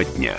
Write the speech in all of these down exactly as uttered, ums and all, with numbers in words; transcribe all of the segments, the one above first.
Тема дня.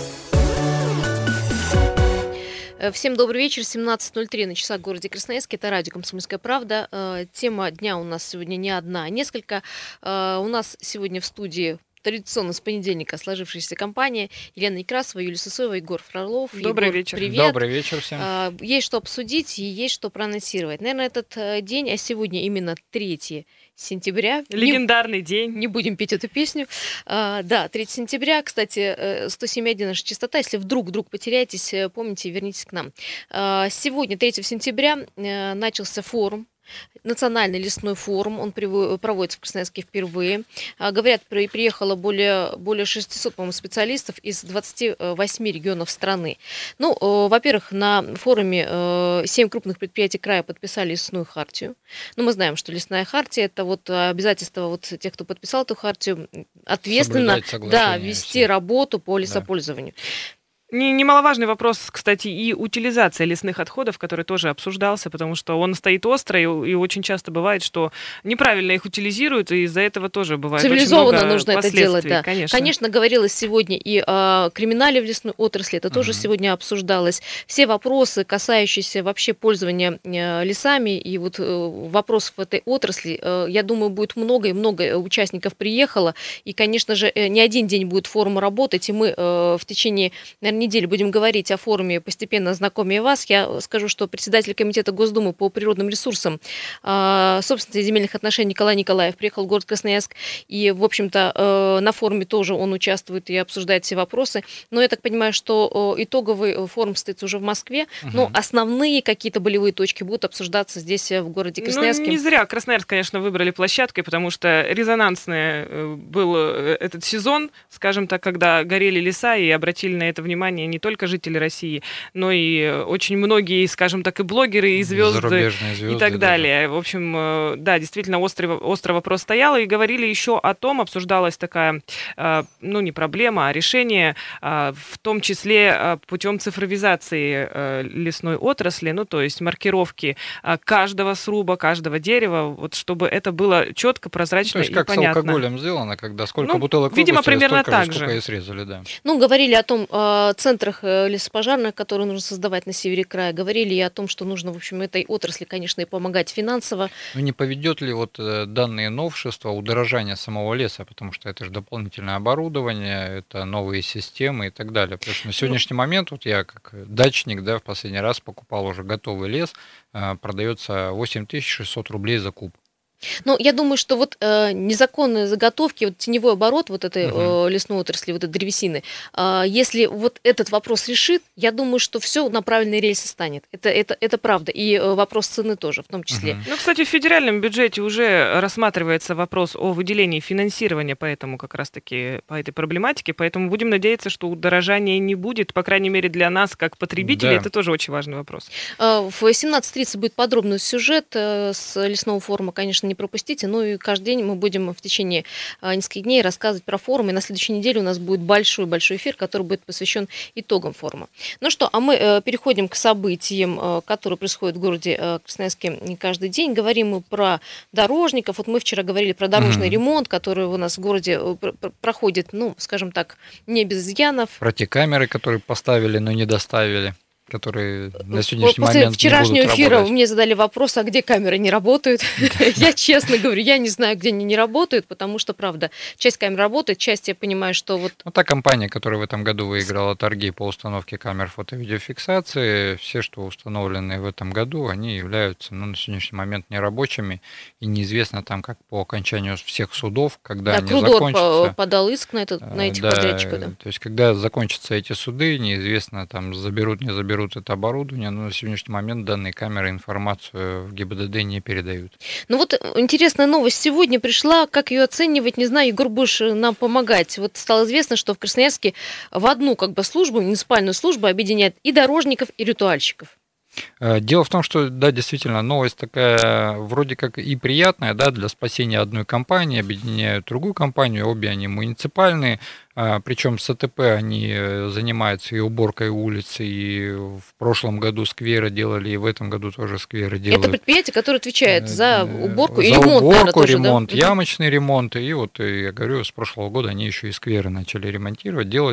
Всем добрый вечер, семнадцать ноль три на часах в городе Красноярске, это радио «Комсомольская правда». Тема дня у нас сегодня не одна, а несколько. У нас сегодня в студии традиционно с понедельника сложившаяся компания. Елена Некрасова, Юлия Сысоева, Егор Фролов. Добрый Егор, вечер. Привет. Добрый вечер всем. Есть что обсудить и есть что проанонсировать. Наверное, этот день, а сегодня именно третьего сентября. Легендарный не, день. Не будем петь эту песню. А, да, третьего сентября. Кстати, сто семь и один наша частота. Если вдруг, вдруг потеряетесь, помните, вернитесь к нам. А, сегодня, третьего сентября, начался форум. Национальный лесной форум, он проводится в Красноярске впервые. Говорят, приехало более, более шестисот, по-моему, специалистов из двадцати восьми регионов страны. Ну, во-первых, на форуме семь крупных предприятий края подписали лесную хартию. Ну, мы знаем, что лесная хартия – это вот обязательство вот тех, кто подписал эту хартию, ответственно да, вести все. работу по лесопользованию. Да. Немаловажный вопрос, кстати, и утилизация лесных отходов, который тоже обсуждался, потому что он стоит остро, и, и очень часто бывает, что неправильно их утилизируют, и из-за этого тоже бывает цивилизованно очень много нужно это делать, да. Конечно. Конечно, говорилось сегодня и о криминале в лесной отрасли, это uh-huh. тоже сегодня обсуждалось. Все вопросы, касающиеся вообще пользования лесами, и вот вопросов в этой отрасли, я думаю, будет много, и много участников приехало, и, конечно же, не один день будет форум работать, и мы в течение, наверное, недели будем говорить о форуме, постепенно знакомее вас. Я скажу, что председатель комитета Госдумы по природным ресурсам, собственности и земельных отношений Николай Николаев приехал в город Красноярск, и, в общем-то, на форуме тоже он участвует и обсуждает все вопросы. Но я так понимаю, что итоговый форум состоится уже в Москве, угу. но основные какие-то болевые точки будут обсуждаться здесь, в городе Красноярске. Ну, не зря Красноярск, конечно, выбрали площадкой, потому что резонансный был этот сезон, скажем так, когда горели леса, и обратили на это внимание не только жители России, но и очень многие, скажем так, и блогеры, и звезды, звезды и так далее. Да. В общем, да, действительно, острый, острый вопрос стоял, и говорили еще о том, обсуждалась такая, ну, не проблема, а решение, в том числе путем цифровизации лесной отрасли, ну, то есть маркировки каждого сруба, каждого дерева, вот чтобы это было четко, прозрачно и понятно. То есть как с алкоголем сделано, когда сколько ну, бутылок видимо, выпустили, примерно столько, так сколько же. и срезали, да. Ну, говорили о том, центрах лесопожарных, которые нужно создавать на севере края, говорили и о том, что нужно, в общем, этой отрасли, конечно, и помогать финансово. Ну, не поведет ли вот данные новшества удорожания самого леса, потому что это же дополнительное оборудование, это новые системы и так далее. Потому что на сегодняшний момент, вот я как дачник, да, в последний раз покупал уже готовый лес, продается восемь тысяч шестьсот рублей за куб. Ну, я думаю, что вот э, незаконные заготовки, вот теневой оборот вот этой uh-huh. э, лесной отрасли, вот этой древесины, э, если вот этот вопрос решит, я думаю, что все на правильные рельсы станет. Это, это, это правда. И э, вопрос цены тоже в том числе. Uh-huh. Ну, кстати, в федеральном бюджете уже рассматривается вопрос о выделении финансирования по этому как раз-таки, по этой проблематике, поэтому будем надеяться, что удорожания не будет, по крайней мере, для нас, как потребителей, да. это тоже очень важный вопрос. Э, в семнадцать тридцать будет подробный сюжет э, с лесного форума, конечно, не пропустите. Ну и каждый день мы будем в течение нескольких дней рассказывать про форум. И на следующей неделе у нас будет большой-большой эфир, который будет посвящен итогам форума. Ну что, а мы э, переходим к событиям, э, которые происходят в городе э, Красноярске каждый день. Говорим мы про дорожников. Вот мы вчера говорили про дорожный mm-hmm. ремонт, который у нас в городе пр- проходит, ну, скажем так, не без изъянов. Про те камеры, которые поставили, но не доставили, которые на сегодняшний После момент вчерашнего не будут эфира работать. мне задали вопрос, а где камеры не работают. Я честно говорю, я не знаю, где они не работают, потому что, правда, часть камер работает, часть я понимаю, что вот... Ну, та компания, которая в этом году выиграла торги по установке камер фото-видеофиксации, все, что установлены в этом году, они являются, ну, на сегодняшний момент нерабочими, и неизвестно там, как по окончанию всех судов, когда да, они Крудор закончатся. Подал иск на, этот, на этих да, подрядчиков. Да. То есть, когда закончатся эти суды, неизвестно, там, заберут, не заберут это оборудование, но на сегодняшний момент данные камеры информацию в ГИБДД не передают. Ну вот интересная новость сегодня пришла, как ее оценивать, не знаю, Егор, будешь нам помогать. Вот стало известно, что в Красноярске в одну как бы службу, муниципальную службу объединяют и дорожников, и ритуальщиков. Дело в том, что, да, действительно, новость такая вроде как и приятная, да, для спасения одной компании, объединяют другую компанию, обе они муниципальные, причем с АТП они занимаются и уборкой улиц, и в прошлом году скверы делали, и в этом году тоже скверы делают. Это предприятие, которое отвечает за уборку за и ремонт, уборку, наверное, тоже, ремонт, да? ямочный ремонт, и вот, я говорю, с прошлого года они еще и скверы начали ремонтировать, делать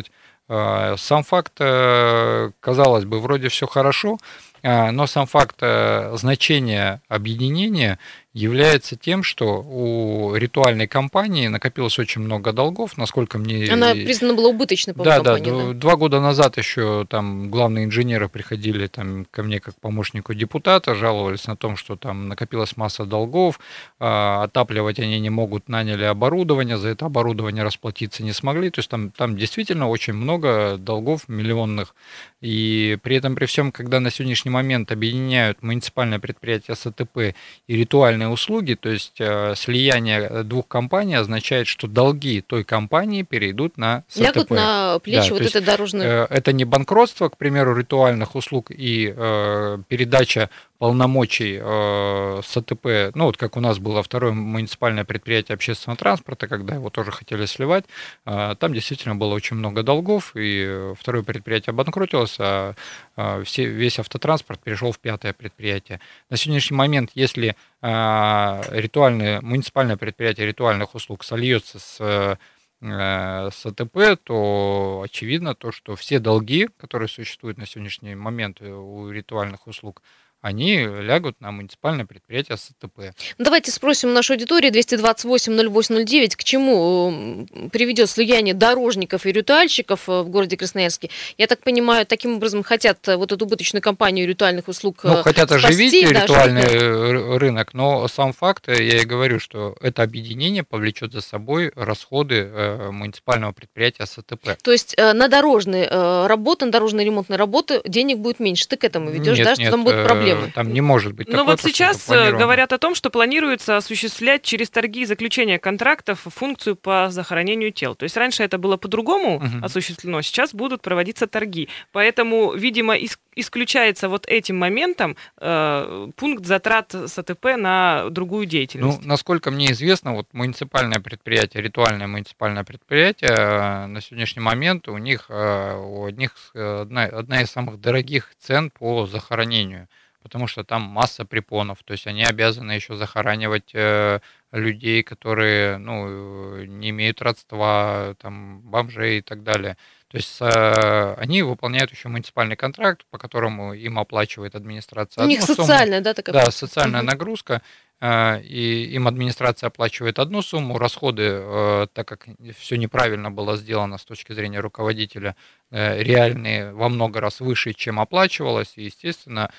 Сам факт, казалось бы, вроде все хорошо, но сам факт значения объединения является тем, что у ритуальной компании накопилось очень много долгов, насколько мне... Она признана была убыточной, по-моему, да, компания. Да, да, два года назад еще там главные инженеры приходили там, ко мне как помощнику депутата, жаловались на том, что там накопилась масса долгов, отапливать они не могут, наняли оборудование, за это оборудование расплатиться не смогли, то есть там, там действительно очень много долгов миллионных, и при этом при всем, когда на сегодняшний момент объединяют муниципальное предприятие СТП и ритуальные услуги, то есть э, слияние двух компаний означает, что долги той компании перейдут на СТП. Лягут на плечи, да, вот это дорожное. Э, это не банкротство, к примеру, ритуальных услуг и э, передача полномочий э, СТП, ну вот как у нас было второе муниципальное предприятие общественного транспорта, когда его тоже хотели сливать, э, там действительно было очень много долгов, и второе предприятие обанкротилось, а э, все, весь автотранспорт перешел в пятое предприятие. На сегодняшний момент, если э, ритуальное, муниципальное предприятие ритуальных услуг сольется с с АТП, то очевидно то, что все долги, которые существуют на сегодняшний момент у ритуальных услуг, они лягут на муниципальное предприятие СТП. Ну, давайте спросим нашу аудиторию двести двадцать восемь ноль восемь ноль девять, к чему приведет слияние дорожников и ритуальщиков в городе Красноярске. Я так понимаю, таким образом хотят вот эту убыточную компанию ритуальных услуг ну, хотят спасти, оживить да, ритуальный оживить. рынок, но сам факт, я и говорю, что это объединение повлечет за собой расходы муниципального предприятия СТП. То есть на дорожные работы, на дорожные ремонтные работы денег будет меньше. Ты к этому ведешь, нет, да, что нет, там будут проблемы? Там не может быть такого. Но вот сейчас говорят о том, что планируется осуществлять через торги и заключение контрактов функцию по захоронению тел. То есть раньше это было по-другому угу. осуществлено, сейчас будут проводиться торги. Поэтому, видимо, ис- исключается вот этим моментом э, пункт затрат СТП на другую деятельность. Ну, насколько мне известно, вот муниципальное предприятие, ритуальное муниципальное предприятие э, на сегодняшний момент у них, э, у одних одна, одна из самых дорогих цен по захоронению. Потому что там масса препонов, то есть они обязаны еще захоранивать э, людей, которые ну, не имеют родства, там, бомжей и так далее. То есть э, они выполняют еще муниципальный контракт, по которому им оплачивает администрация. У них социальная, сумму, да, такая? Да, социальная угу. нагрузка. Э, и им администрация оплачивает одну сумму, расходы, э, так как все неправильно было сделано с точки зрения руководителя, э, реальные во много раз выше, чем оплачивалось. И, естественно,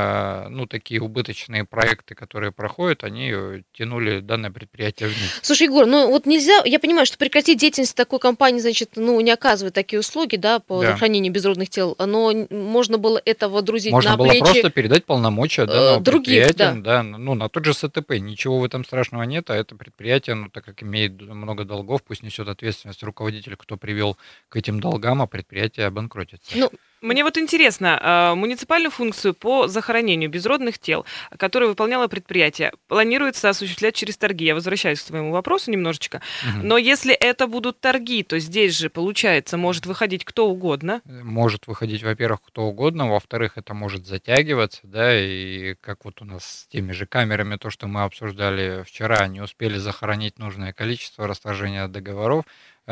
ну, такие убыточные проекты, которые проходят, они тянули данное предприятие вниз. Слушай, Егор, ну вот нельзя, я понимаю, что прекратить деятельность такой компании, значит, ну, не оказывать такие услуги, да, по да. захоронению безродных тел, но можно было это водрузить можно на было плечи... просто передать полномочия данного других, предприятия, да. да, ну, на тот же СТП, ничего в этом страшного нет, а это предприятие, ну, так как имеет много долгов, пусть несет ответственность руководитель, кто привел к этим долгам, а предприятие обанкротится. Ну, мне вот интересно, муниципальную функцию по захоронению безродных тел, которую выполняло предприятие, планируется осуществлять через торги. Я возвращаюсь к твоему вопросу немножечко. Угу. Но если это будут торги, то здесь же, получается, может выходить кто угодно. Может выходить, во-первых, кто угодно, во-вторых, это может затягиваться, да, и как вот у нас с теми же камерами, то, что мы обсуждали вчера, не успели захоронить нужное количество, расторжения договоров,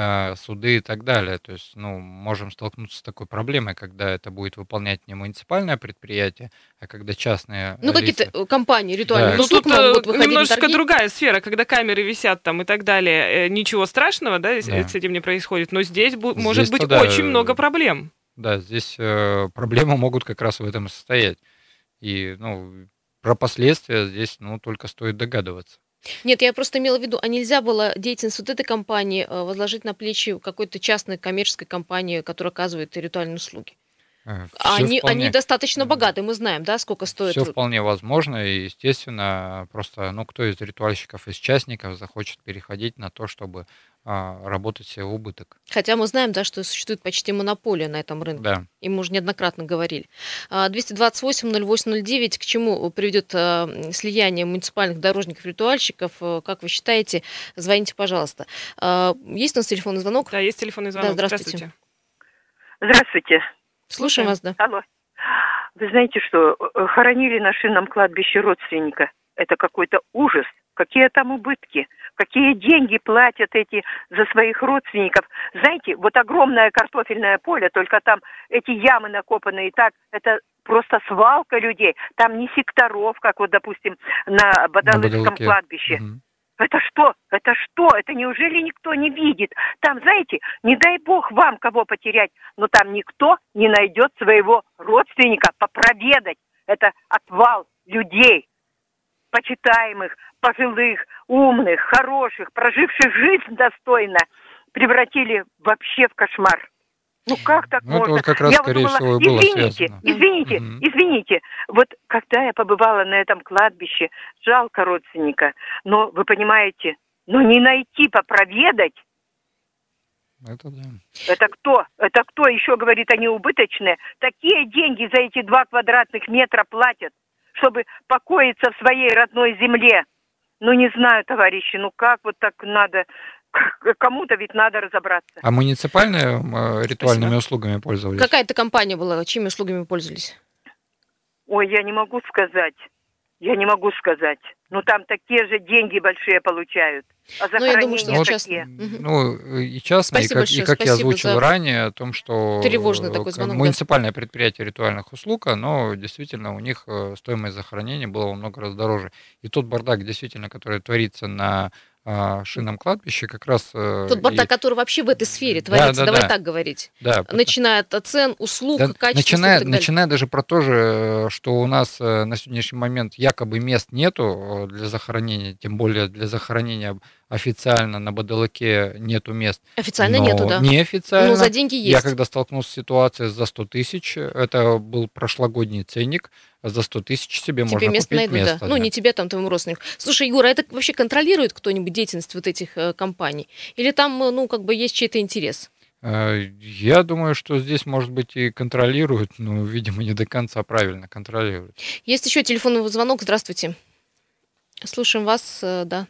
суды и так далее. То есть, ну, можем столкнуться с такой проблемой, когда это будет выполнять не муниципальное предприятие, а когда частные Ну, лица... какие-то компании ритуальные да. услуг ну, могут выходить немножечко на торги. Другая сфера, когда камеры висят там и так далее, ничего страшного, да, да. с этим не происходит, но здесь, здесь может быть да, очень много проблем. Да, здесь э, проблемы могут как раз в этом и состоять. И, ну, про последствия здесь, ну, только стоит догадываться. Нет, я просто имела в виду, а нельзя было деятельность вот этой компании возложить на плечи какой-то частной коммерческой компании, которая оказывает ритуальные услуги? Они, вполне... они достаточно богаты, мы знаем, да, сколько стоит. Все вполне возможно, и, естественно, просто, ну, кто из ритуальщиков, из частников захочет переходить на то, чтобы а, работать себе в убыток. Хотя мы знаем, да, что существует почти монополия на этом рынке. Да. И мы уже неоднократно говорили. двести двадцать восемь ноль восемь ноль девять, к чему приведет слияние муниципальных дорожников и ритуальщиков? Как вы считаете? Звоните, пожалуйста. Есть у нас телефонный звонок? Да, есть телефонный звонок. Да, здравствуйте. Здравствуйте. Слушаем вас, да. Алло. Вы знаете, что хоронили на шинном кладбище родственника. Это какой-то ужас. Какие там убытки. какие деньги платят эти за своих родственников. Знаете, вот огромное картофельное поле, только там эти ямы накопаны и так, это просто свалка людей. Там не секторов, как вот, допустим, на Бадалыкском кладбище. Угу. Это что? Это что? Это неужели никто не видит? Там, знаете, не дай бог вам кого потерять, но там никто не найдет своего родственника попроведать. Это отвал людей, почитаемых, пожилых, умных, хороших, проживших жизнь достойно, превратили вообще в кошмар. Ну как так ну, можно? Вот как раз, я скорее вот думала, всего, и было извините, связано. извините, Угу. извините. Вот когда я побывала на этом кладбище, жалко родственника, но вы понимаете, ну не найти, попроведать. Это да. Это кто? Это кто еще говорит, они убыточные? Такие деньги за эти два квадратных метра платят, чтобы покоиться в своей родной земле. Ну не знаю, товарищи, ну как вот так надо... Кому-то ведь надо разобраться. А муниципальные э, ритуальными Спасибо. услугами пользовались? Какая-то компания была, чьими услугами пользовались? Ой, я не могу сказать. Я не могу сказать. Ну, там такие же деньги большие получают. А ну, я думаю, что вот, сейчас... Ну, и частно, и как, и как я озвучил за... ранее, о том, что тревожный такой звонок, муниципальное да. предприятие ритуальных услуг, оно действительно, у них стоимость захоронения была во много раз дороже. И тот бардак, действительно, который творится на шинном кладбище, как раз... Тот бардак, и... который вообще в этой сфере творится, да, да, давай да. так говорить. Да, начиная от цен, услуг, да, качества начиная, начиная даже про то же, что у нас на сегодняшний момент якобы мест нету для захоронения, тем более для захоронения официально на Бадалыке нету мест. Официально нету, да. Неофициально. Но за деньги есть. Я когда столкнулся с ситуацией за сто тысяч, это был прошлогодний ценник, за сто тысяч себе, тебе можно место купить найдут, место. Да. Ну, не тебе, там, твоему родственнику. Слушай, Юра, это вообще контролирует кто-нибудь деятельность вот этих э, компаний? Или там, ну, как бы есть чей-то интерес? Я думаю, что здесь, может быть, и контролируют, но, видимо, не до конца правильно контролируют. Есть еще телефонный звонок. Здравствуйте. Слушаем вас, да.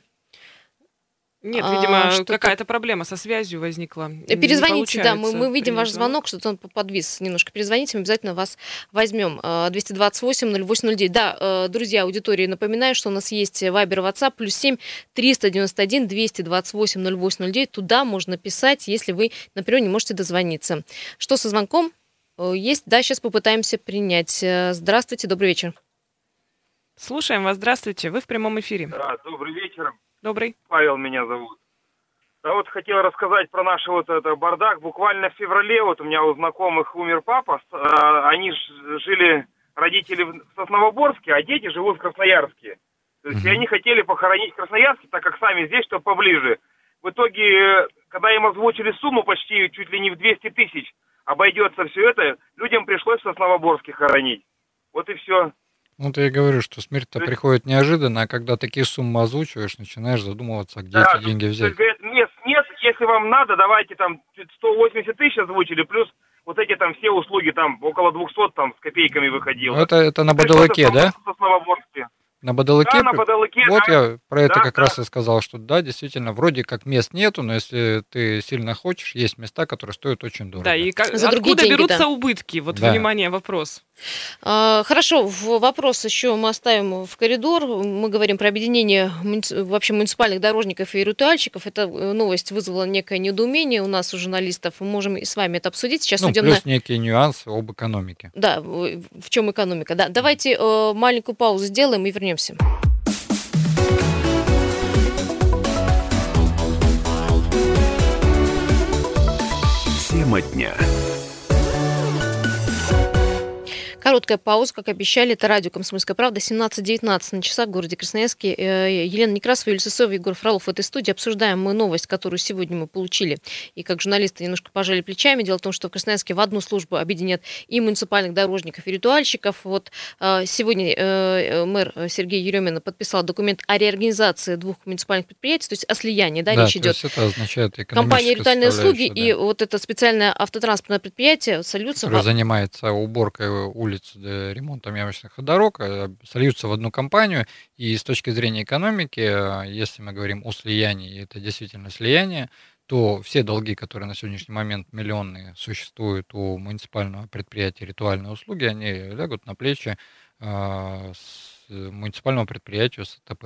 Нет, видимо, а, какая-то проблема со связью возникла. Перезвоните, да, мы, мы видим ваш звонок, что-то он подвис немножко. Перезвоните, мы обязательно вас возьмем. двести двадцать восемь ноль восемь ноль девять. Да, друзья, аудитории, напоминаю, что у нас есть Вайбер, WhatsApp, плюс семь триста девяносто один двести двадцать восемь ноль восемь ноль девять. Туда можно писать, если вы, например, не можете дозвониться. Что со звонком? Есть? Да, сейчас попытаемся принять. Здравствуйте, добрый вечер. Слушаем вас, здравствуйте, вы в прямом эфире. Да, добрый вечер. Добрый. Павел меня зовут. Да вот хотел рассказать про наш вот это бардак. Буквально в феврале вот у меня у знакомых умер папа. Они жили, родители в Сосновоборске, а дети живут в Красноярске. То есть mm-hmm. они хотели похоронить в Красноярске, так как сами здесь, что поближе. В итоге, когда им озвучили сумму почти чуть ли не в двести тысяч, обойдется все это, людям пришлось в Сосновоборске хоронить. Вот и все. Ну, то я говорю, что смерть-то есть... приходит неожиданно, а когда такие суммы озвучиваешь, начинаешь задумываться, где да, эти деньги взять. То есть, говорят, нет, нет, если вам надо, давайте там сто восемьдесят тысяч озвучили, плюс вот эти там все услуги, там около двухсот там с копейками выходило. Это, это на Бадалыке, да? В На Бадалыке? Да, на Бадалыке, Вот да. я про это да, как да. раз и сказал, что да, действительно, вроде как мест нету, но если ты сильно хочешь, есть места, которые стоят очень дорого. Да, и как, За откуда деньги, берутся да. убытки? Вот, да. внимание, вопрос. А, хорошо, вопрос еще мы оставим в коридор. Мы говорим про объединение муници... вообще муниципальных дорожников и ритуальщиков. Эта новость вызвала некое недоумение у нас, у журналистов. Мы можем и с вами это обсудить. Сейчас ну, уйдем плюс на... некие нюансы об экономике. Да, в чем экономика. Да. Давайте э, маленькую паузу сделаем и вернемся. Тема дня. Короткая пауза, как обещали, это радио «Комсомольская правда», семнадцать девятнадцать на часах в городе Красноярске. Елена Некрасова, Юлия Сысоева, Егор Фролов в этой студии. Обсуждаем мы новость, которую сегодня мы получили. И как журналисты немножко пожали плечами. Дело в том, что в Красноярске в одну службу объединят и муниципальных дорожников, и ритуальщиков. Вот сегодня мэр Сергей Еремин подписал документ о реорганизации двух муниципальных предприятий, то есть о слиянии, да, да речь идет. Это означает компания «Ритуальные услуги» да. и вот это специальное автотранспортное предприятие сольются. Которое в... занимается уборкой улиц, ремонтом ямочных дорог, сольются в одну компанию, и с точки зрения экономики, если мы говорим о слиянии, это действительно слияние, то все долги, которые на сегодняшний момент миллионные существуют у муниципального предприятия «Ритуальные услуги», они лягут на плечи э, с муниципального предприятия СТП.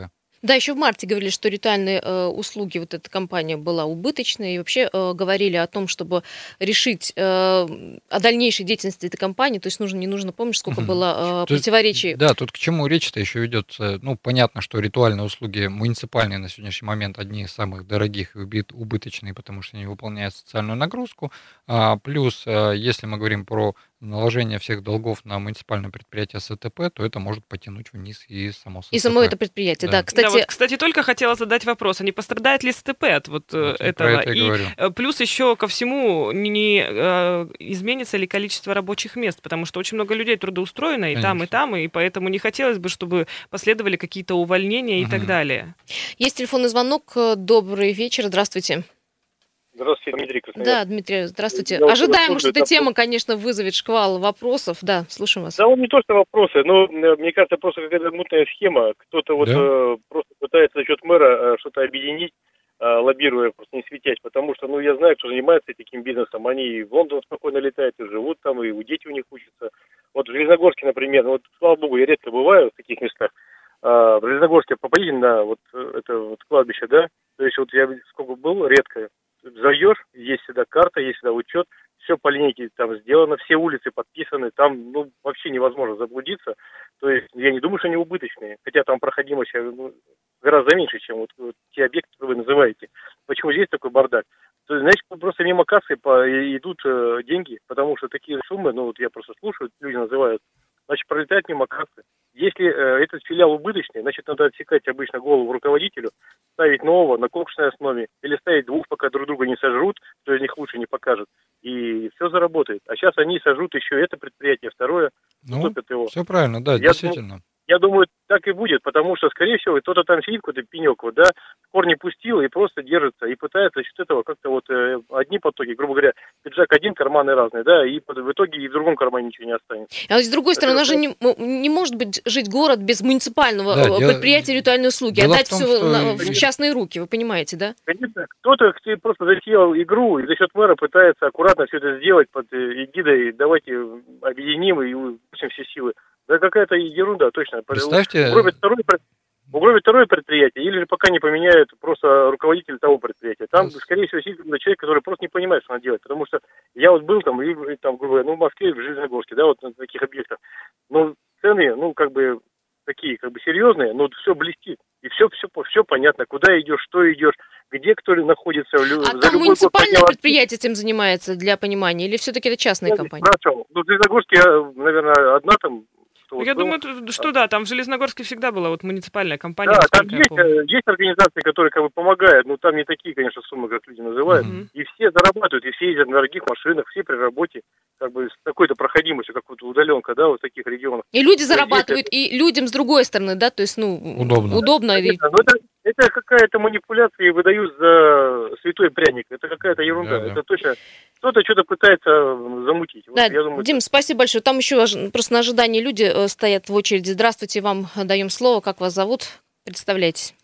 Да, еще в марте говорили, что ритуальные э, услуги, вот эта компания была убыточной, и вообще э, говорили о том, чтобы решить э, о дальнейшей деятельности этой компании, то есть нужно, не нужно, помнишь, сколько Мгм. было э, То есть, противоречий. да, тут к чему речь-то еще ведется. Ну, понятно, что ритуальные услуги муниципальные на сегодняшний момент одни из самых дорогих и убит- убыточные, потому что они выполняют социальную нагрузку. А, плюс, а, если мы говорим про наложение всех долгов на муниципальное предприятие СТП, то это может потянуть вниз и само И само это СТП. предприятие, Да. да. Да, Кстати, вот, кстати, только хотела задать вопрос, а не пострадает ли СТП от вот э, Вот я про этого? это и И говорю. э, плюс еще ко всему, не, не, э, изменится ли количество рабочих мест, потому что очень много людей трудоустроено и там, и Конечно. там, и поэтому не хотелось бы, чтобы последовали какие-то увольнения и так Мгм. далее. есть телефонный звонок. Э, Добрый вечер, здравствуйте. Здравствуйте, Дмитрий Красноярск. Да, Дмитрий, здравствуйте. Я вот Ожидаемо, что слушаю, эта это тема, конечно, вызовет шквал вопросов. Да, слушаем вас. Да, он не то, что вопросы, но э, мне кажется, просто какая-то мутная схема. Кто-то вот Да. э, просто пытается за счет мэра э, что-то объединить, э, лоббируя, просто не светясь, потому что, ну, я знаю, кто занимается таким бизнесом, они и в Лондон спокойно летают, и живут там, и у дети у них учатся. Вот в Железногорске, например, ну, вот, слава богу, я редко бываю в таких местах. А, в Железногорске попадите на вот э, это вот кладбище, да, то есть вот я сколько был, редко. Зайдешь, есть всегда карта, есть всегда учет, все по линейке там сделано, все улицы подписаны, там, ну, вообще невозможно заблудиться. То есть я не думаю, что они убыточные, хотя там проходимость ну, гораздо меньше, чем вот, вот те объекты, которые вы называете. Почему здесь такой бардак? То есть, значит, просто мимо кассы по, идут э, деньги, потому что такие суммы, ну, вот я просто слушаю, люди называют, значит, пролетают мимо кассы. Если э, этот филиал убыточный, значит, надо отсекать обычно голову руководителю, ставить нового на конкурсной основе, или ставить двух, пока друг друга не сожрут, кто из них лучше не покажет, и все заработает. А сейчас они сожрут еще это предприятие, второе, Ну, уступят его. все правильно, да, Я действительно. Я думаю, так и будет, потому что, скорее всего, кто-то там сидит, какой-то пенек, вот, да, корни пустил и просто держится, и пытается за счет этого как-то вот э, одни потоки, грубо говоря, пиджак один, карманы разные, да, и под- в итоге и в другом кармане ничего не останется. А с другой стороны, у нас Это- же не, м- не может быть жить город без муниципального Да, э, дело- предприятия ритуальной услуги. дело в Отдать том, все что- в частные руки, вы понимаете, да? Конечно, кто-то кто просто затеял игру и за счет мэра пытается аккуратно все это сделать под э, эгидой, давайте объединим и учим все силы. Да какая-то ерунда, точно. Представьте, Угробить второе, пред- угробить второе предприятие, или же пока не поменяют просто руководитель того предприятия. Там, Да. скорее всего, сидит человек, который просто не понимает, что надо делать. Потому что я вот был там, и, и там, грубо говоря, ну, в Москве, в Железногорске, да, вот на таких объектах. Ну, цены, ну, как бы, такие, как бы, серьезные, но все блестит. И все, все, все понятно, куда идешь, что идешь, где кто ли находится. в лю- А за там любой год муниципальное поднял- предприятие этим занимается для понимания, или все-таки это частная Я компания? спрашивал. Ну, в Железногорске, я, наверное, одна там. что Ну, вот я был. думаю, т- что да, там в Железногорске всегда была вот муниципальная компания, Да, там насколько я есть, помню. э, есть организации, которые как бы помогают, но там не такие, конечно, суммы, как люди называют. Мгм. И все зарабатывают, и все ездят на дорогих машинах, все при работе, как бы с такой-то проходимостью, как вот удаленка, да, вот в таких регионах. И люди есть зарабатывают, и людям с другой стороны, да, то есть, ну, Удобно. удобно. и- Конечно, но это, это какая-то манипуляция, и выдают за святой пряник. Это какая-то ерунда. Да, да. Это точно кто-то что-то пытается замутить. Вот Да, я думаю, Дим, спасибо большое. Там еще ож- просто на ожидании люди э, стоят в очереди. Здравствуйте, вам даем слово. Как вас зовут? Представляйтесь.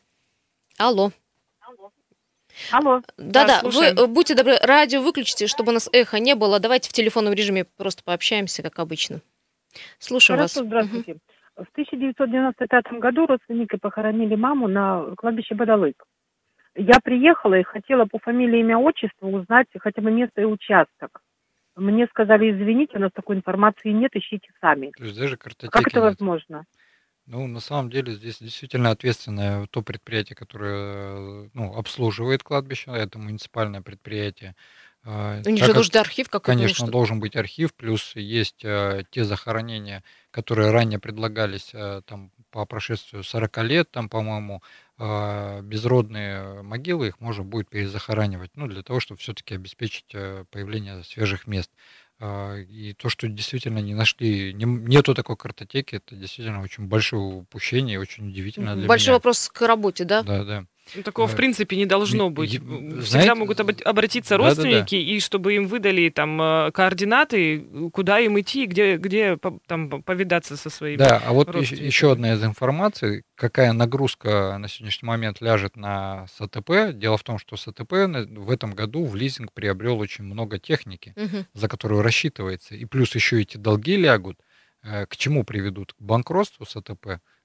Алло. Алло. Да-да, вы слушаем. э, будьте добры, радио выключите, чтобы у нас эхо не было. Давайте в телефонном режиме просто пообщаемся, как обычно. Слушаем Хорошо, вас. здравствуйте. В тысяча девятьсот девяносто пятом году родственники похоронили маму на кладбище Бадалык. Я приехала и хотела по фамилии, имя, отчеству узнать хотя бы место и участок. Мне сказали, извините, у нас такой информации нет, ищите сами. то есть даже картотеки Как это нет. возможно? Ну, на самом деле, здесь действительно ответственное то предприятие, которое ну, обслуживает кладбище, это муниципальное предприятие. А, У них так же как, должен быть архив какой-то. ну, конечно, что- должен быть архив, плюс есть э, те захоронения, которые ранее предлагались э, там, по прошествию сорока лет, там, по-моему, э, безродные могилы, их можно будет перезахоранивать, ну, для того, чтобы все-таки обеспечить э, появление свежих мест. А, И то, что действительно не нашли, не- нету такой картотеки, это действительно очень большое упущение и очень удивительно для Большой меня. вопрос к работе, да? Да, да. Ну, такого, в э, принципе, не должно е- быть. е- Всегда знаете, могут обо- обратиться да-да-да. родственники, и чтобы им выдали там э, координаты, куда им идти, где, где по- там по- повидаться со своими. Да, а вот еще, родственниками. еще одна из информаций, какая нагрузка на сегодняшний момент ляжет на СТП. Дело в том, что СТП на- в этом году в лизинг приобрел очень много техники, Мгм. за которую рассчитывается. И плюс еще эти долги лягут. Э, К чему приведут? К банкротству СТП.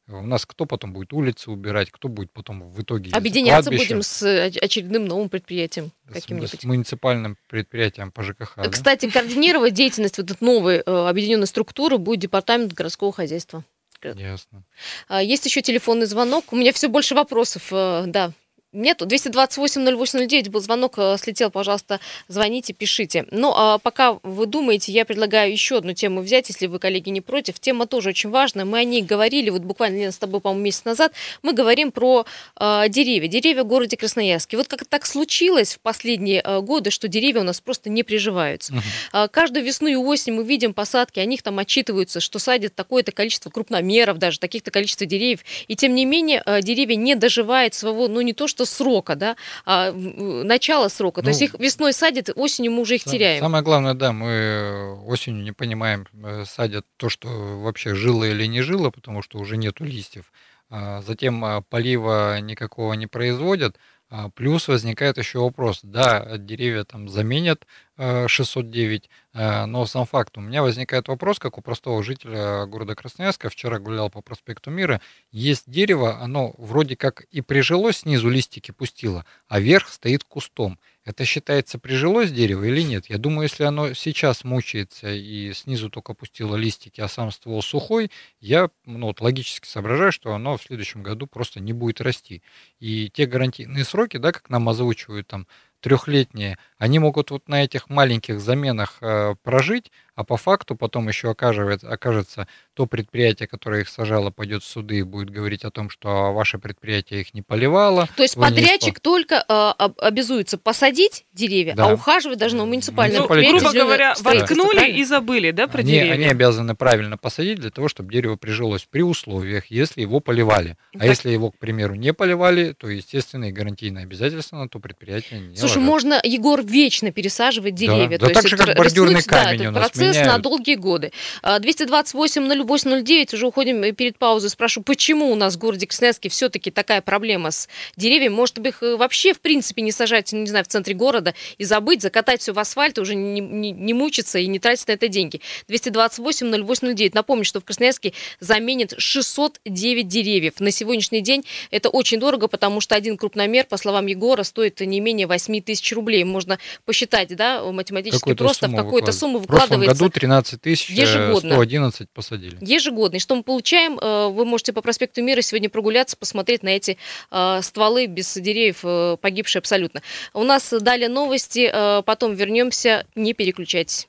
У нас кто потом будет улицы убирать, кто будет потом в итоге Объединяться кладбище, будем с э, очередным новым предприятием с, каким-нибудь. с муниципальным предприятием по ЖКХ. Да? Кстати, координировать деятельность вот этой новой э, объединенной структуры будет департамент городского хозяйства. Ясно. А, Есть еще телефонный звонок. У меня все больше вопросов. э, Да, нету. двести двадцать восемь ноль восемь ноль девять был звонок, э, слетел, пожалуйста, звоните, пишите. Но а, пока вы думаете, я предлагаю еще одну тему взять, если вы, коллеги, не против. Тема тоже очень важная. Мы о ней говорили, вот буквально, Лена, с тобой, по-моему, месяц назад. Мы говорим про э, деревья. Деревья в городе Красноярске. Вот как так случилось в последние э, годы, что деревья у нас просто не приживаются. Мгм. А, Каждую весну и осень мы видим посадки, о них там отчитываются, что садят такое-то количество крупномеров, даже таких-то количество деревьев. И тем не менее э, деревья не доживают своего, ну не то что срока, да, а м, начала срока. То есть Ну, их весной садят, осенью мы уже их Сам- теряем. Самое главное, да, мы осенью не понимаем, э, садят то, что вообще жило или не жило, потому что уже нету листьев. А Затем а, полива никакого не производят. А Плюс возникает еще вопрос, да, деревья там заменят э, шестьсот девять, э, но сам факт, у меня возникает вопрос, как у простого жителя города Красноярска, вчера гулял по проспекту Мира, есть дерево, оно вроде как и прижилось, снизу листики пустило, а верх стоит кустом. Это считается прижилось дерево или нет? Я думаю, если оно сейчас мучается и снизу только пустило листики, а сам ствол сухой, я ну, вот логически соображаю, что оно в следующем году просто не будет расти. И те гарантийные сроки, да, как нам озвучивают там трехлетние, они могут вот на этих маленьких заменах э, прожить, а по факту потом еще окажется, окажется то предприятие, которое их сажало, пойдет в суды и будет говорить о том, что ваше предприятие их не поливало. То есть вы не подрядчик только а, об- обязуется посадить деревья, Да. а ухаживать должно муниципальное Ну, Муниципалитет. предприятие. грубо «Зелёное говоря, строительство», воткнули правильно? и забыли, да, про Они, деревья? они обязаны правильно посадить для того, чтобы дерево прижилось при условиях, если его поливали. А Так. если его, к примеру, не поливали, то, естественно, и гарантийные обследовательства на то предприятие не Слушай, ложат. можно, Егор, вечно пересаживать деревья. да То так есть же, это как бордюрный рисуется, да, камень этот у нас процесс на меняют. долгие годы. А, двести двадцать восемь ноль восемь ноль девять, уже уходим э, перед паузой. Спрашиваю, почему у нас в городе Красноярске все-таки такая проблема с деревьями? Может, бы их э, вообще, в принципе, не сажать, не знаю, в центре города и забыть, закатать все в асфальт, и уже не, не- не мучиться и не тратить на это деньги. двести двадцать восемь ноль восемь ноль девять. Напомню, что в Красноярске заменят шестьсот девять деревьев. На сегодняшний день это очень дорого, потому что один крупномер, по словам Егора, стоит не менее восемь тысяч рублей. Можно посчитать, да, математически Какую-то просто в сумму какую-то выкладывают. сумму В прошлом выкладывается. году тринадцать тысяч ежегодно. сто одиннадцать посадили. Ежегодно. И что мы получаем? Э, Вы можете по проспекту Мира сегодня прогуляться, посмотреть на эти э, стволы без деревьев, э, погибшие абсолютно. У нас далее новости, э, потом вернемся. Не переключайтесь.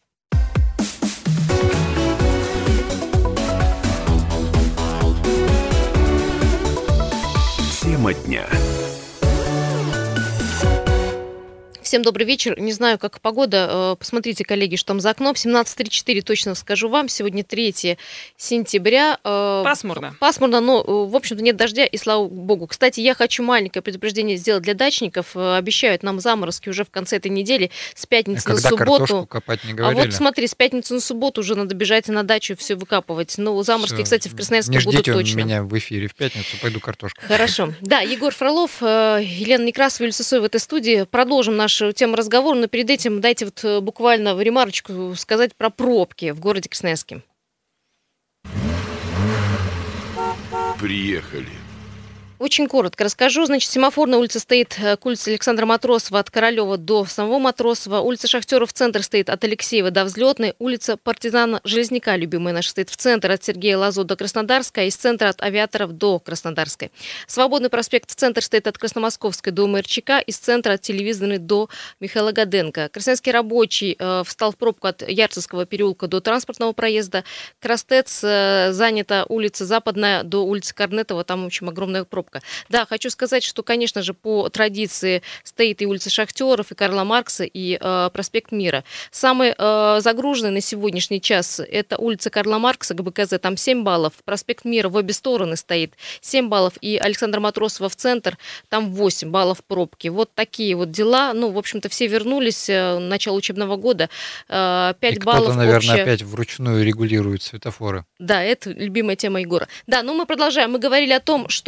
Тема дня. Всем добрый вечер. Не знаю, как погода. Э, Посмотрите, коллеги, что там за окном. семнадцать тридцать четыре точно скажу вам. Сегодня третье сентября. Э, Пасмурно. Пасмурно, но, э, в общем-то, нет дождя, и слава богу. Кстати, я хочу маленькое предупреждение сделать для дачников. Э, Обещают нам заморозки уже в конце этой недели, с А пятницы на когда картошку субботу. копать не А говорили? вот смотри, с пятницы на субботу уже надо бежать на дачу все выкапывать. Ну, заморозки, Всё, кстати, в Красноярске не будут ждите точно. меня в эфире в пятницу, пойду картошку. Хорошо. Да, Егор Фролов, э, Елена Некрасова, Юлия Сысоева в этой студии. Продолжим нашу тему разговора, но перед этим дайте вот э, буквально в ремарочку сказать про пробки в городе Красноярске. Приехали. Очень коротко расскажу. Значит, семафор на улице стоит э, к улице Александра Матросова от Королева до самого Матросова. Улица Шахтеров в центр стоит от Алексеева до Взлетной. Улица Партизана Железняка, любимая наша, стоит в центр от Сергея Лазо до Краснодарской, а из центра от Авиаторов до Краснодарской. Свободный проспект в центр стоит от Красномосковской до МРЧК, из центра от Телевизорной до Михаила Годенко. Красноярский рабочий э, встал в пробку от Ярцевского переулка до транспортного проезда. Крастец э, занята улица Западная до улицы Корнетова, там, в общем, огромная пробка. Да, хочу сказать, что, конечно же, по традиции стоит и улица Шахтеров, и Карла Маркса, и э, проспект Мира. Самый э, загруженный на сегодняшний час – это улица Карла Маркса, ГБКЗ, там семь баллов, проспект Мира в обе стороны стоит семь баллов, и Александра Матросова в центр, там восемь баллов пробки. Вот такие вот дела. Ну, в общем-то, все вернулись, э, начало учебного года, э, пять И баллов кто-то, наверное, общая. опять вручную регулирует светофоры. Да, это любимая тема Егора. Да, но мы продолжаем. Мы говорили о том, что в городе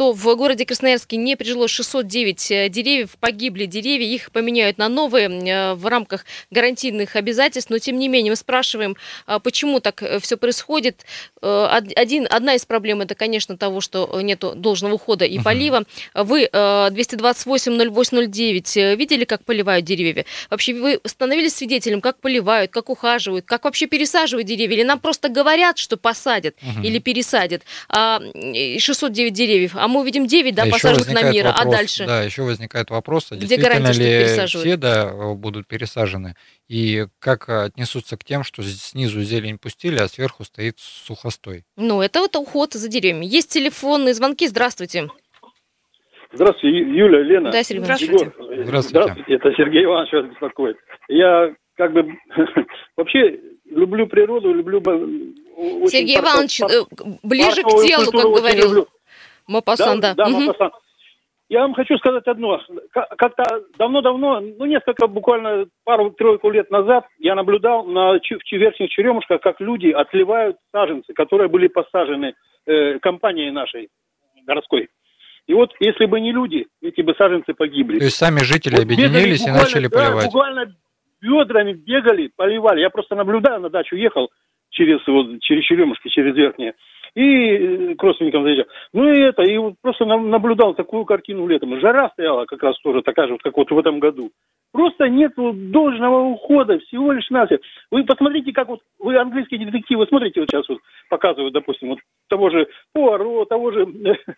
городе Красноярске не прижилось шестьсот девять деревьев, погибли деревья, их поменяют на новые в рамках гарантийных обязательств, но тем не менее мы спрашиваем, почему так все происходит. Один, одна из проблем это, конечно, того, что нет должного ухода и полива. Вы двести двадцать восемь ноль восемь ноль девять видели, как поливают деревья? Вообще вы становились свидетелем, как поливают, как ухаживают, как вообще пересаживают деревья? Или нам просто говорят, что посадят угу. или пересадят а, шестьсот девять деревьев, а мы увидим девять, да, а посаженных на мир, вопрос, а дальше? Да, еще возникает вопрос, а где действительно гарантия, ли все да, будут пересажены? И как отнесутся к тем, что снизу зелень пустили, а сверху стоит сухостой? Ну, это вот уход за деревьями. Есть телефонные звонки. Здравствуйте. Здравствуйте, Юля, Лена. Да, Сергей Иванович. Здравствуйте. Здравствуйте. Здравствуйте, это Сергей Иванович вас беспокоит. Я как бы вообще люблю природу, люблю... Сергей Иванович, ближе к делу, как говорил Мопассан, да. Да, да, Мопассан. Я вам хочу сказать одно. Как-то давно-давно, ну, несколько, буквально пару-тройку лет назад я наблюдал на, в верхних Черемушках, как люди отливают саженцы, которые были посажены э, компанией нашей городской. И вот, если бы не люди, эти бы саженцы погибли. То есть сами жители вот объединились и начали да, поливать? Буквально ведрами бегали, поливали. Я просто наблюдаю, на дачу ехал через, вот, через Черемушки, через верхние. И к родственникам заезжал. Ну и это, и вот просто наблюдал такую картину летом. Жара стояла как раз тоже такая же, вот, как вот в этом году. Просто нет должного ухода, всего лишь навсего. Вы посмотрите, как вот, вы английские детективы смотрите, вот сейчас вот показывают, допустим, вот того же Пуаро, того же...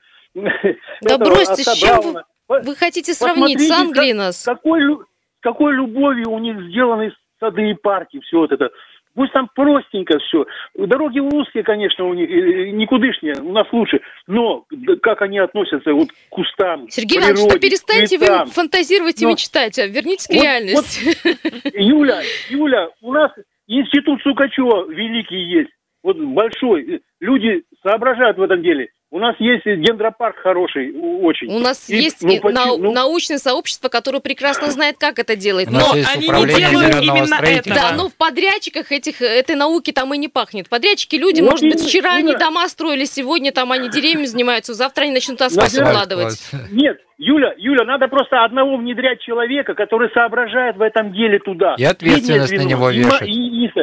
Да бросьте, с чем вы, вы хотите сравнить с Англией нас? С какой, какой любовью у них сделаны сады и парки, все вот это. Пусть там простенько все. Дороги узкие, конечно, у них, никудышние, у нас лучше. Но как они относятся вот к кустам, Сергей природе, Иванович, да перестаньте цветам. Вы фантазировать и Но... мечтать, а вернитесь к вот, реальности. Вот, Юля, Юля, у нас институт Сукачева великий есть, вот большой. Люди соображают в этом деле. У нас есть дендропарк хороший, очень. У нас и, есть ну, и почти, нау- ну... научное сообщество, которое прекрасно знает, как это делает. У нас но есть они управление не делают именно строительства. Да, но в подрядчиках этих, этой науки там и не пахнет. Подрядчики люди, вот может быть, именно, вчера именно. они дома строили, сегодня там они деревьями занимаются, завтра они начнут асфальт укладывать. Нет, Юля, Юля, надо просто одного внедрять человека, который соображает в этом деле туда. И ответственность на него вешать. И, и, и,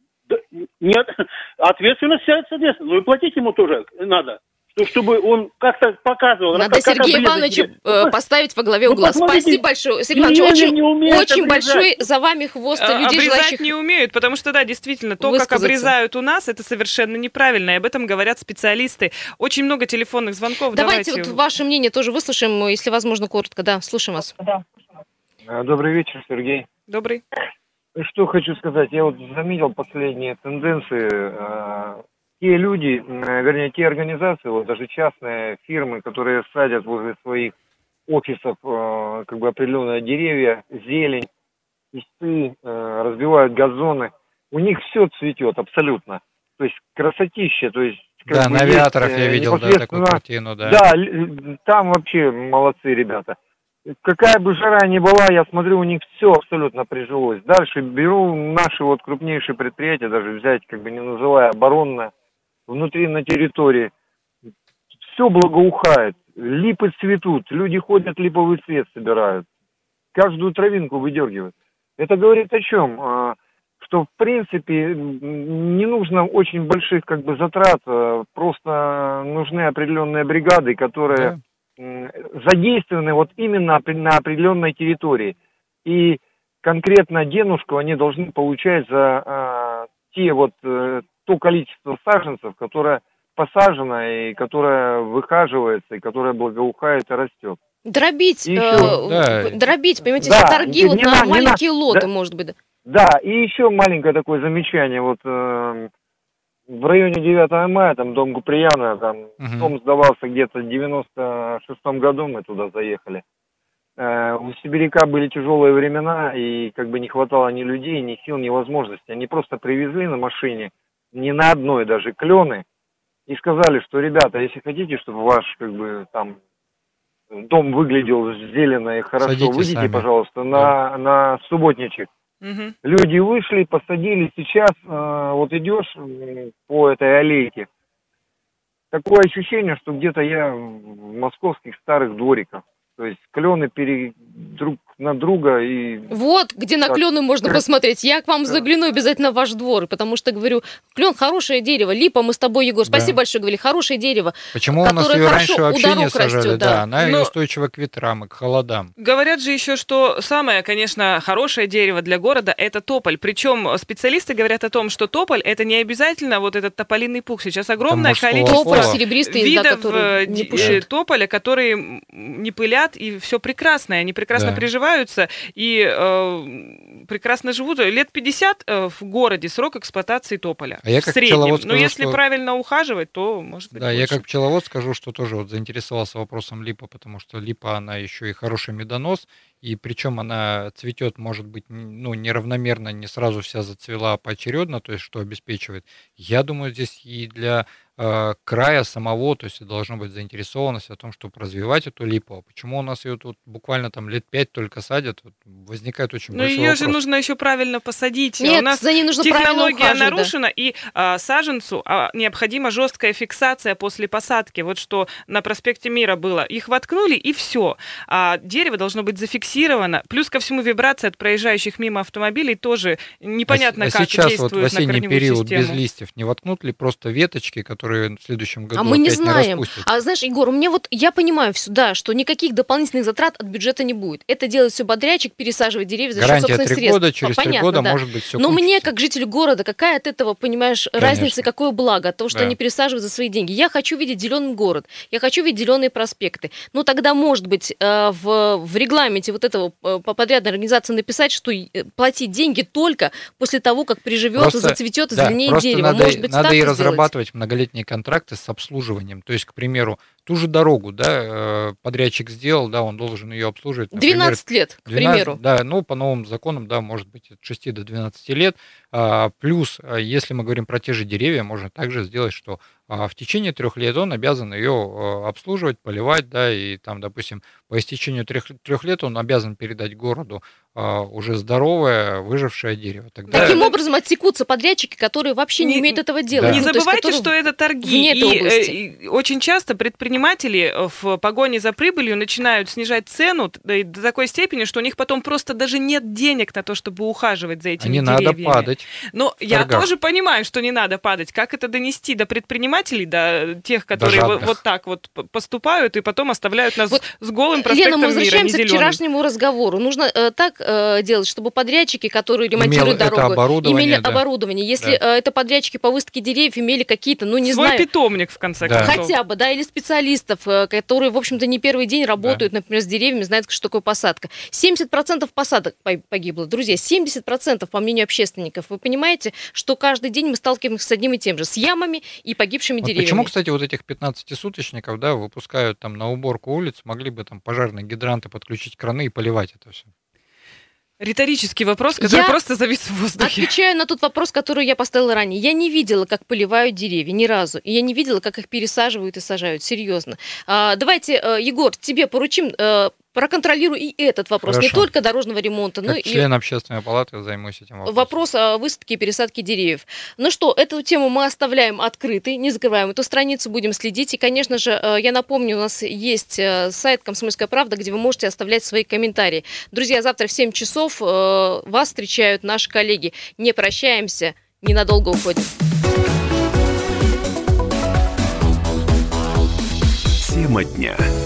нет, ответственность соответственно, ну и платить ему тоже надо. Чтобы он как-то показывал. Надо как, Сергею Ивановичу э, поставить во главе угла. Ну, Спасибо большое. Сергей Иванович, очень, очень большой за вами хвост а, людей, обрезать желающих не умеют, потому что, да, действительно, то, как обрезают у нас, это совершенно неправильно, и об этом говорят специалисты. Очень много телефонных звонков. Давайте, Давайте вот ваше мнение тоже выслушаем, если возможно, коротко. Да, слушаем вас. Да. Добрый вечер, Сергей. Добрый. Что хочу сказать. Я вот заметил последние тенденции. Те люди, вернее, те организации, вот даже частные фирмы, которые садят возле своих офисов как бы определенные деревья, зелень, листы, разбивают газоны, у них все цветет абсолютно. То есть красотища, то есть... Да, на авиаторах я видел да, такую картину, да. Да, там вообще молодцы ребята. Какая бы жара ни была, я смотрю, у них все абсолютно прижилось. Дальше беру наши вот крупнейшие предприятия, даже взять, как бы не называя, оборонное, внутри на территории. Все благоухает, липы цветут, люди ходят, липовый цвет собирают. Каждую травинку выдергивают. Это говорит о чем? Что, в принципе, не нужно очень больших как бы затрат, просто нужны определенные бригады, которые... Да. задействованы вот именно на определенной территории. И конкретно денежку они должны получать за а, те вот а, то количество саженцев, которое посажено и которое выхаживается, и которое благоухает и растет. Дробить, и э, еще, да. дробить, понимаете, да, торги не, вот не на, на маленькие не лоты, да, может быть. Да. Да, и еще маленькое такое замечание. Вот э, в районе девятого мая, там, дом Гуприяна, там, uh-huh. дом сдавался где-то в девяносто шестом году, мы туда заехали. Э, у сибиряка были тяжелые времена, и как бы не хватало ни людей, ни сил, ни возможностей. Они просто привезли на машине, не на одной даже, клены, и сказали, что, ребята, если хотите, чтобы ваш, как бы, там, дом выглядел зелено и хорошо, садитесь выйдите, сами. Пожалуйста, на, да. на субботничек. Угу. Люди вышли, посадили. Сейчас э, вот идешь по этой аллейке, такое ощущение, что где-то я в московских старых двориках. То есть клены пере... друг на друга и... Вот, где на Так. клены можно посмотреть. Я к вам загляну обязательно в ваш двор, потому что, говорю, клен хорошее дерево. Липа мы с тобой, Егор, Да. спасибо большое, говорили, хорошее дерево. Почему у нас которое ее хорошо раньше у вообще не дорог сажали? растет, да. да. она Но- и устойчива к ветрам и к холодам. Говорят же еще, что самое, конечно, хорошее дерево для города – это тополь. Причем специалисты говорят о том, что тополь – это не обязательно вот этот тополиный пух. Сейчас огромное мужского количество Тополь пола. серебристый, да, видов который э, не ди- пушит. э, тополя, которые м, не пылят, и все прекрасно. и Они прекрасно Да. приживаются и э, прекрасно живут. Лет пятьдесят э, в городе срок эксплуатации тополя. А я в как среднем. пчеловод Но скажу, если что- правильно ухаживать, то может быть Да, я больше. как пчеловод скажу, что тоже вот заинтересовался вопросом липа, потому что липа, она еще и хороший медонос, и причем она цветет, может быть, н- ну, неравномерно, не сразу вся зацвела, а поочередно, то есть что обеспечивает. Я думаю, здесь и для э, края самого, то есть должна быть заинтересованность о том, чтобы развивать эту липу. А почему у нас ее тут буквально там лет пять только садят, вот возникает очень Но большой ее вопрос. же нужно еще правильно посадить. Нет, У нас за ней нужно правильно технология ухаживать, да. нарушена, и а, саженцу а, необходима жесткая фиксация после посадки. Вот что на проспекте Мира было. Их воткнули, и все. А дерево должно быть зафиксировано. Плюс ко всему вибрация от проезжающих мимо автомобилей тоже непонятно а, с- а как сейчас действует вот в на осенний корневую период систему. без листьев не воткнут ли просто веточки, которые в следующем году А мы не опять знаем. распустят? А знаешь, Егор, у меня вот, я понимаю все, да, что никаких дополнительных затрат от бюджета не будет. Это делает все подрядчик, пересаживает деревья за счет Гарантия собственных три средств. года, через три Понятно, года да. может быть все Но мне, как жителю города, какая от этого, понимаешь, разница, Конечно. какое благо от того, что Да. они пересаживают за свои деньги. Я хочу видеть зеленый город, я хочу видеть зеленые проспекты. Ну, тогда, может быть, э, в, в регламенте вот этого э, подрядной организации написать, что э, платить деньги только после того, как приживется, Просто- зацветет и Да, зеленеет просто дерево. надо, Может быть, надо так и сделать? разрабатывать многолетние контракты с обслуживанием. То есть, к примеру, ту же дорогу, да, э, подрядчик сделал, да, он должен ее обслуживать. например, двенадцать лет, к двенадцать, примеру. Да, ну, по новым законам, да, может быть, от шести до двенадцати лет. А, плюс, а, если мы говорим про те же деревья, можно также сделать, что а, в течение трех лет он обязан ее а, обслуживать, поливать, да, и там, допустим, по истечению трех, трех лет он обязан передать городу а, уже здоровое, выжившее дерево. Тогда... Таким образом отсекутся подрядчики, которые вообще не, Не- умеют этого делать. Да. Не Ну, то есть, забывайте, которые что это торги. вне этой И, области. э, и очень часто предприниматели в погоне за прибылью начинают снижать цену т- да, и до такой степени, что у них потом просто даже нет денег на то, чтобы ухаживать за А этими не надо деревьями. падать. Но я торгах. тоже понимаю, что не надо падать. Как это донести до предпринимателей, до тех, которые До вот, жадных. вот так вот п- поступают и потом оставляют нас Вот, с голым Лена, проспектом мы Мира, не возвращаемся к зелёным. вчерашнему разговору. Нужно э, так э, делать, чтобы подрядчики, которые ремонтируют Имел это дорогу, оборудование, имели да. оборудование. Если э, это подрядчики по высадке деревьев имели какие-то, ну не Свой знаю, питомник, в конце Да. концов. хотя бы, да, или специалистов, э, которые, в общем-то, не первый день работают, например, с деревьями, знают, что такое посадка. семьдесят процентов посадок по- погибло. Друзья, семьдесят процентов, по мнению общественников. Вы понимаете, что каждый день мы сталкиваемся с одним и тем же, с ямами и погибшими Вот деревьями. почему, кстати, вот этих пятнадцатисуточников, да, выпускают там на уборку улиц, могли бы там пожарные гидранты подключить краны и поливать это все. Риторический вопрос, который Я- просто завис в воздухе. Отвечаю на тот вопрос, который я поставила ранее. Я не видела, как поливают деревья ни разу. И я не видела, как их пересаживают и сажают. Серьезно. А, давайте, э, Егор, тебе поручим, э, проконтролируй и этот вопрос. Не Хорошо. только дорожного ремонта, но Как и член общественной палаты займусь этим вопросом. вопрос о высадке и пересадке деревьев. Ну что, эту тему мы оставляем открытой, не закрываем эту страницу, будем следить. И, конечно же, э, я напомню, у нас есть э, сайт «Комсомольская правда», где вы можете оставлять свои комментарии. Друзья, завтра в семь часов э, вас встречают наши коллеги. Не прощаемся, ненадолго уходим. Тема дня.